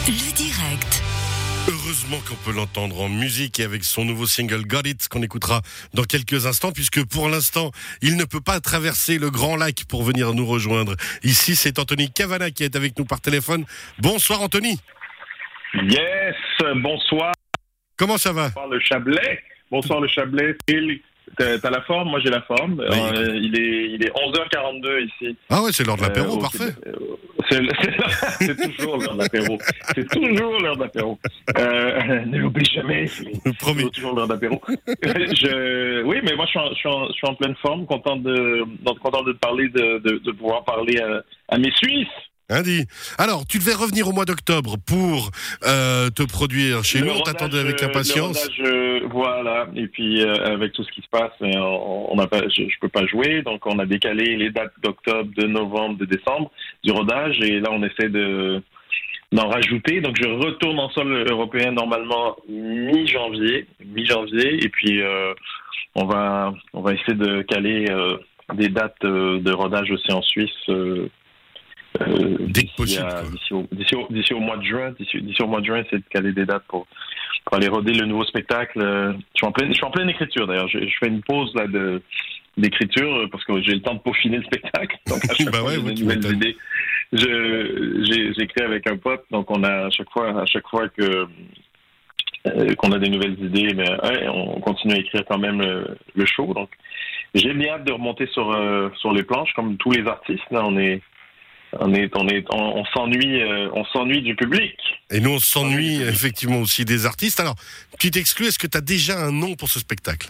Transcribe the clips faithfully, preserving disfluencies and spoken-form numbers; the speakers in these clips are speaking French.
Le direct. Heureusement qu'on peut l'entendre en musique et avec son nouveau single Got It qu'on écoutera dans quelques instants, puisque pour l'instant il ne peut pas traverser le grand lac pour venir nous rejoindre. Ici c'est Anthony Cavana qui est avec nous par téléphone. Bonsoir Anthony. Yes, bonsoir. Comment ça va? Bonsoir le Chablais. Bonsoir le Chablais. T'as, t'as la forme, moi j'ai la forme. Oui. Euh, il est il est onze heures quarante-deux ici. Ah ouais, c'est l'heure de l'apéro, euh, parfait. C'est, c'est, c'est toujours l'heure de l'apéro. C'est toujours l'heure de l'apéro. Euh, ne l'oublie jamais. C'est Promis. toujours l'heure d'apéro. je, oui, mais moi je suis en, je suis en, je suis en pleine forme, content de content de te parler, de, de, de pouvoir parler à, à mes Suisses. Indi. Alors, tu devais revenir au mois d'octobre pour euh, te produire chez le nous. On rodage, t'attendait avec impatience. Le rodage, euh, voilà. Et puis, euh, avec tout ce qui se passe, on, on a pas, je, je peux pas jouer. Donc, on a décalé les dates d'octobre, de novembre, de décembre du rodage. Et là, on essaie de d'en rajouter. Donc, je retourne en sol européen normalement mi-janvier. Mi-janvier. Et puis, euh, on va on va essayer de caler euh, des dates euh, de rodage aussi en Suisse. Euh, Euh, Dès que possible. À, d'ici, au, d'ici, au, d'ici au mois de juin, d'ici, d'ici au mois de juin, c'est de caler des dates pour, pour aller roder le nouveau spectacle. Je suis en pleine, je suis en pleine écriture d'ailleurs. Je, je fais une pause là de d'écriture parce que j'ai le temps de peaufiner le spectacle. Donc à chaque bah fois, ouais, j'ai ouais, des nouvelles idées. Je, j'ai, j'écris avec un pote, donc on a à chaque fois, à chaque fois que euh, qu'on a des nouvelles idées, mais ouais, on continue à écrire quand même le, le show. Donc j'ai bien hâte de remonter sur euh, sur les planches comme tous les artistes. Là, on est On est, on est, on, on s'ennuie, euh, on s'ennuie du public. Et nous, on s'ennuie effectivement aussi des artistes. Alors, petite exclue, est-ce que tu as déjà un nom pour ce spectacle?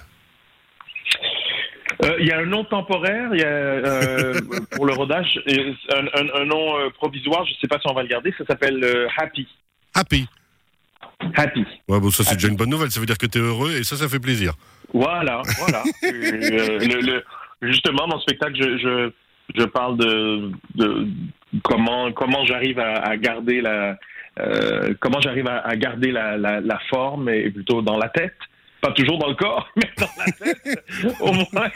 Il euh, y a un nom temporaire, il y a euh, pour le rodage, un, un, un nom euh, provisoire. Je ne sais pas si on va le garder. Ça s'appelle euh, Happy. Happy. Happy. Ouais, bon, ça c'est Happy. déjà une bonne nouvelle. Ça veut dire que tu es heureux et ça, ça fait plaisir. Voilà, voilà. euh, le, le, justement, dans le spectacle, je, je Je parle de, de comment comment j'arrive à, à garder la euh, comment j'arrive à, à garder la, la, la forme et plutôt dans la tête, pas toujours dans le corps, mais dans la tête au moins.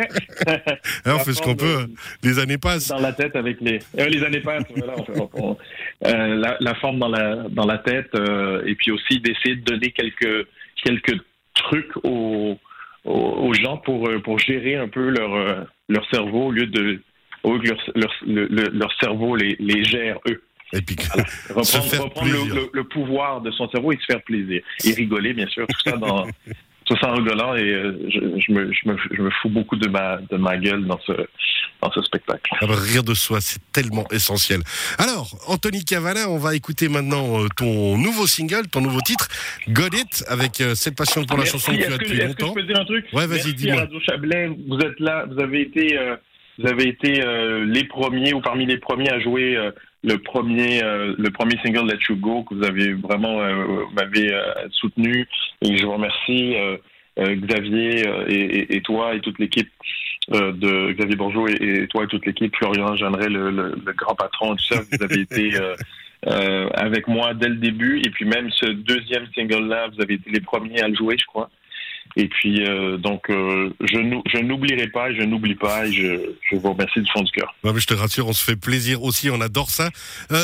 Alors, on fait ce qu'on peut. De, les années passent. Dans la tête avec les euh, les années passent. Voilà, on fait, on, on, euh, la, la forme dans la dans la tête euh, et puis aussi d'essayer de donner quelques quelques trucs aux aux, aux gens pour pour gérer un peu leur leur cerveau au lieu de Au lieu que leur, leur, leur, leur cerveau les, les gère, eux. Et puis, voilà. reprendre, se reprendre le, le, le pouvoir de son cerveau et se faire plaisir. Et rigoler, bien sûr, tout ça dans tout ça en rigolant. Et euh, je, je, me, je, me, je me fous beaucoup de ma, de ma gueule dans ce, dans ce spectacle. Ah bah, rire de soi, c'est tellement essentiel. Alors, Anthony Cavana, on va écouter maintenant euh, ton nouveau single, ton nouveau titre, Got It, avec euh, cette passion pour la Merci. chanson que tu as depuis est-ce longtemps. Que je peux dire un truc? Ouais, vas-y, Merci dis-moi. à Radio Chablais, vous êtes là, vous avez été... Euh, Vous avez été euh, les premiers ou parmi les premiers à jouer euh, le premier euh, le premier single Let You Go que vous avez vraiment euh, m'avez euh, soutenu et je vous remercie euh, euh, Xavier euh, et, et, et toi et toute l'équipe euh, de Xavier Bourgeot et, et toi et toute l'équipe Florian Jeanneret le, le, le grand patron tout ça vous avez été euh, euh, avec moi dès le début et puis même ce deuxième single là vous avez été les premiers à le jouer je crois. Et puis, euh, donc, euh, je, je n'oublierai pas, et je n'oublie pas, et je, je vous remercie du fond du cœur. Ouais, mais je te rassure, on se fait plaisir aussi, on adore ça. Euh,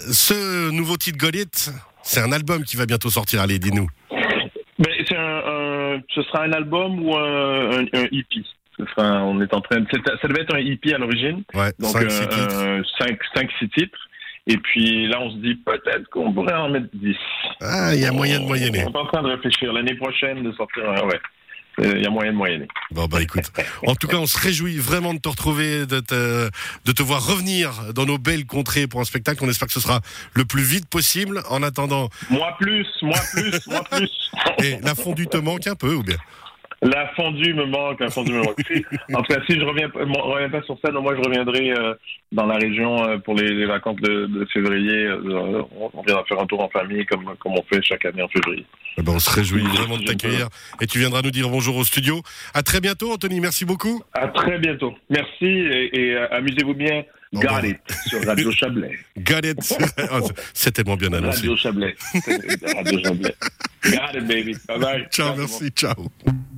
ce nouveau titre Got It, c'est un album qui va bientôt sortir, allez, dis-nous. Ben, c'est un, un, ce sera un album ou un, un, un E P. Ce sera, on est en train de, ça devait être un E P à l'origine. Ouais, donc cinq six titres. cinq six titres. Et puis là, on se dit peut-être qu'on pourrait en mettre dix. Ah, il y a moyen de moyenner. On est en train de réfléchir. L'année prochaine, de sortir un... Ouais. Il y a moyen de moyenner. Bon, bah écoute. En tout cas, on se réjouit vraiment de te retrouver, de te, de te voir revenir dans nos belles contrées pour un spectacle. On espère que ce sera le plus vite possible. En attendant... Moi plus, moi plus, moi plus. Et la fondue te manque un peu, ou bien? La fondue me manque, la fondue me manque. Si, en tout cas, si je reviens, reviens pas sur scène, moi je reviendrai euh, dans la région euh, pour les, les vacances de, de février. Euh, on, on viendra faire un tour en famille comme, comme on fait chaque année en février. Eh ben, on se réjouit vraiment de t'accueillir et tu viendras nous dire bonjour au studio. À très bientôt, Anthony. Merci beaucoup. À très bientôt. Merci et, et euh, amusez-vous bien. Oh Got bon. It sur Radio Chablais. Got It. Oh, c'est tellement bien annoncé. Radio Chablais. Radio Chablais. Got It, baby. Bye bye. Ciao, merci. Ciao.